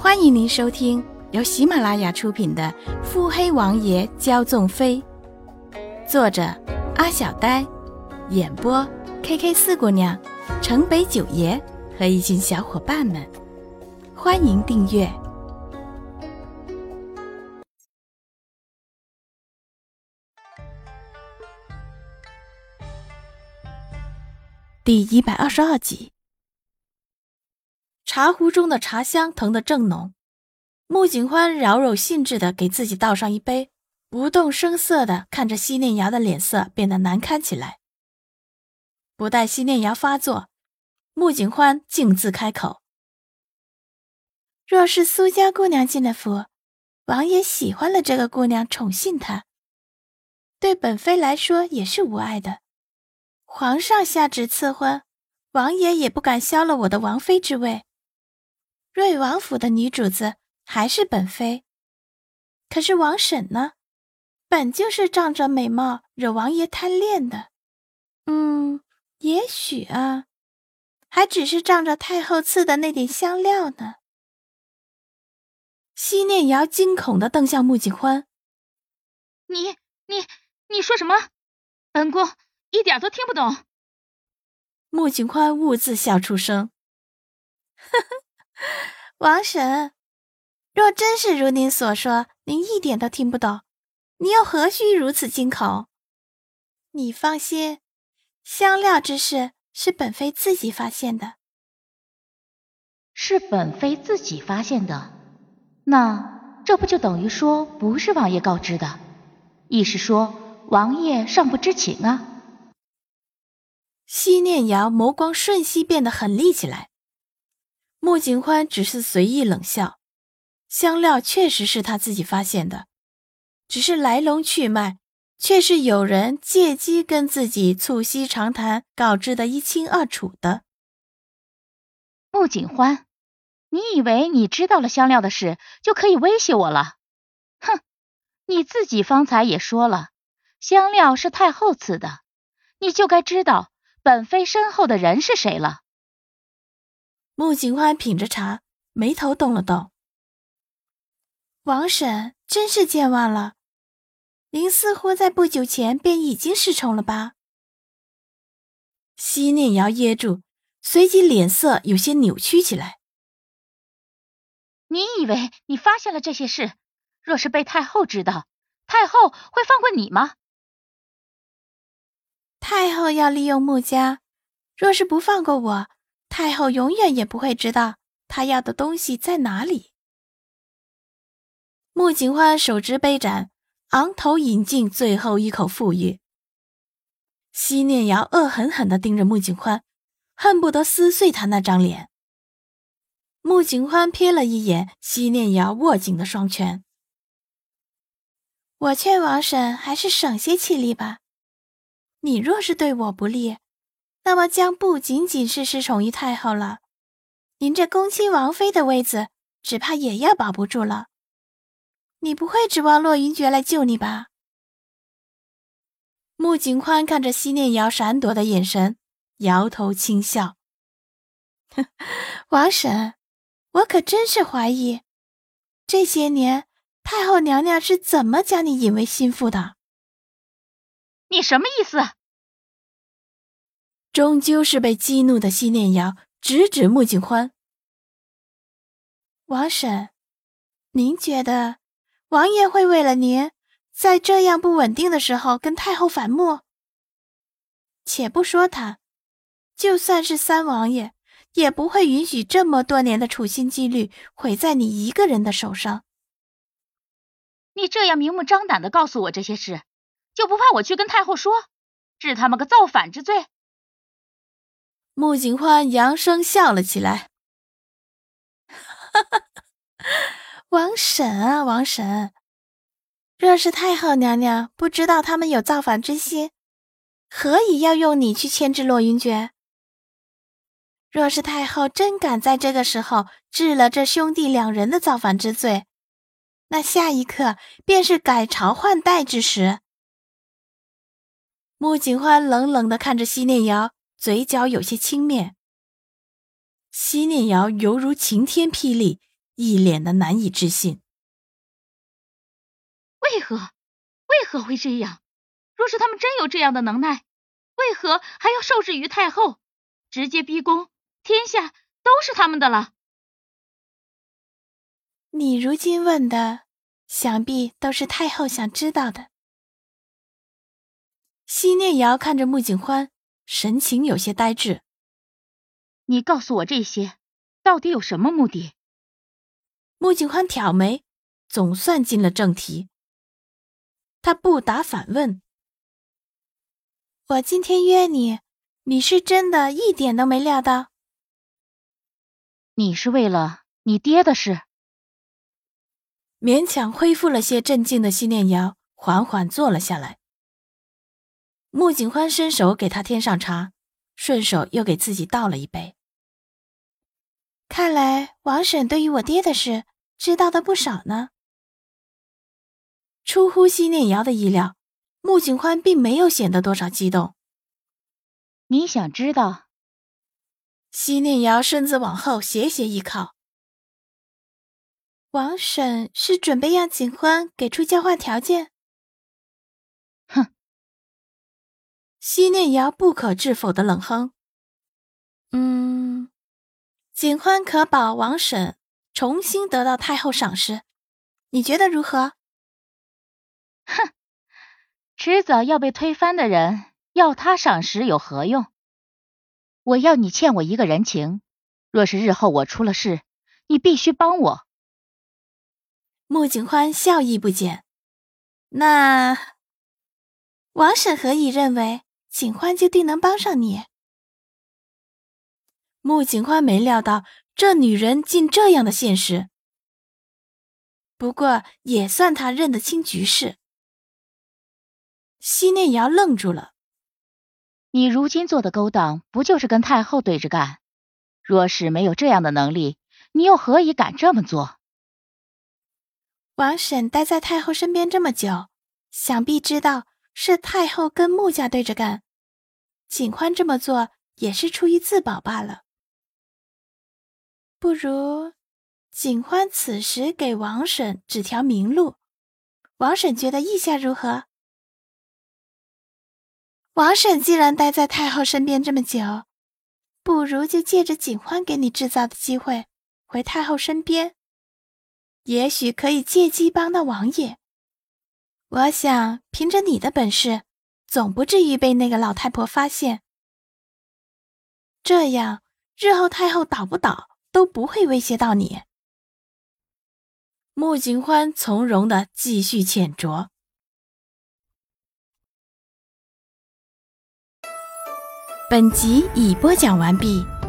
欢迎您收听由喜马拉雅出品的《腹黑王爷骄纵妃》，作者阿小呆，演播 KK 四姑娘、城北九爷和一群小伙伴们。欢迎订阅。第122集。茶壶中的茶香腾得正浓，穆景欢饶有兴致地给自己倒上一杯，不动声色地看着西念瑶的脸色变得难堪起来。不待西念瑶发作，穆景欢径自开口：若是苏家姑娘进了府，王爷喜欢了这个姑娘，宠幸她，对本妃来说也是无碍的。皇上下旨赐婚，王爷也不敢削了我的王妃之位。瑞王府的女主子还是本妃，可是王婶呢，本就是仗着美貌惹王爷贪恋的。也许啊，还只是仗着太后赐的那点香料呢。西念瑶惊恐地瞪向穆景欢： 你说什么？本宫一点都听不懂。 穆景欢兀自笑出声：呵呵，王婶，若真是如您所说，您一点都听不懂，你又何须如此惊恐？你放心，香料之事是本妃自己发现的。 是本妃自己发现的？那这不就等于说不是王爷告知的？意是说王爷尚不知情啊？ 西念瑶眸光瞬息变得狠厉起来。穆景欢只是随意冷笑，香料确实是他自己发现的，只是来龙去脉却是有人借机跟自己促膝长谈，告知得一清二楚的。 穆景欢，你以为你知道了香料的事就可以威胁我了？哼，你自己方才也说了，香料是太后赐的，你就该知道本妃身后的人是谁了。 穆景欢品着茶，眉头动了动。王婶真是健忘了，您似乎在不久前便已经失宠了吧？西念瑶噎住，随即脸色有些扭曲起来。 你以为你发现了这些事，若是被太后知道，太后会放过你吗？ 太后要利用穆家，若是不放过我，太后永远也不会知道她要的东西在哪里。穆景欢手执杯盏，昂头饮尽最后一口馥郁。西念瑶恶狠狠地盯着穆景欢，恨不得撕碎他那张脸。穆景欢瞥了一眼西念瑶握紧的双拳：我劝王婶还是省些气力吧。你若是对我不利，那么将不仅仅是失宠于太后了，您这恭亲王妃的位子只怕也要保不住了。你不会指望洛云珏来救你吧？穆景欢看着西念瑶闪躲的眼神，摇头轻笑：王婶，我可真是怀疑，这些年太后娘娘是怎么将你引为心腹的？ 你什么意思？ 终究是被激怒的西念瑶直指穆景欢：王婶，您觉得王爷会为了您在这样不稳定的时候跟太后反目？且不说他，就算是三王爷也不会允许这么多年的处心积虑毁在你一个人的手上。 你这样明目张胆地告诉我这些事，就不怕我去跟太后说，治他们个造反之罪？ 穆景欢扬声笑了起来：王婶啊王婶，若是太后娘娘不知道他们有造反之心，何以要用你去牵制洛云珏？若是太后真敢在这个时候治了这兄弟两人的造反之罪，那下一刻便是改朝换代之时。穆景欢冷冷地看着西念瑶，嘴角有些轻蔑。西念瑶犹如晴天霹雳， 一脸的难以置信。 为何会这样？若是他们真有这样的能耐，为何还要受制于太后，直接逼宫，天下都是他们的了？ 你如今问的，想必都是太后想知道的。西念瑶看着穆景欢，神情有些呆滞。 你告诉我这些，到底有什么目的？ 穆景欢挑眉，总算进了正题。他不答反问：我今天约你，你是真的一点都没料到？ 你是为了你爹的事？ 勉强恢复了些镇静的西念瑶缓缓坐了下来。穆景欢伸手给他添上茶，顺手又给自己倒了一杯。看来王婶对于我爹的事知道的不少呢。出乎西念瑶的意料，穆景欢并没有显得多少激动。 你想知道？ 西念瑶身子往后斜斜一靠。王婶是准备让景欢给出交换条件？ 哼！ 西念瑶不可置否的冷哼。景欢可保王婶重新得到太后赏识，你觉得如何？ 哼！迟早要被推翻的人，要他赏识有何用？我要你欠我一个人情，若是日后我出了事，你必须帮我。 穆景欢笑意不减。那王婶何以认为景欢就定能帮上你？穆景欢没料到这女人竟这样的现实，不过也算他认得清局势。西念瑶愣住了。 你如今做的勾当，不就是跟太后对着干？若是没有这样的能力，你又何以敢这么做？ 王婶待在太后身边这么久，想必知道是太后跟穆家对着干，景欢这么做也是出于自保罢了。不如景欢此时给王婶指条明路，王婶觉得意下如何？王婶既然待在太后身边这么久，不如就借着景欢给你制造的机会回太后身边，也许可以借机帮到王爷。我想凭着你的本事，总不至于被那个老太婆发现。这样日后太后倒不倒都不会威胁到你。穆景欢从容地继续浅酌。本集已播讲完毕。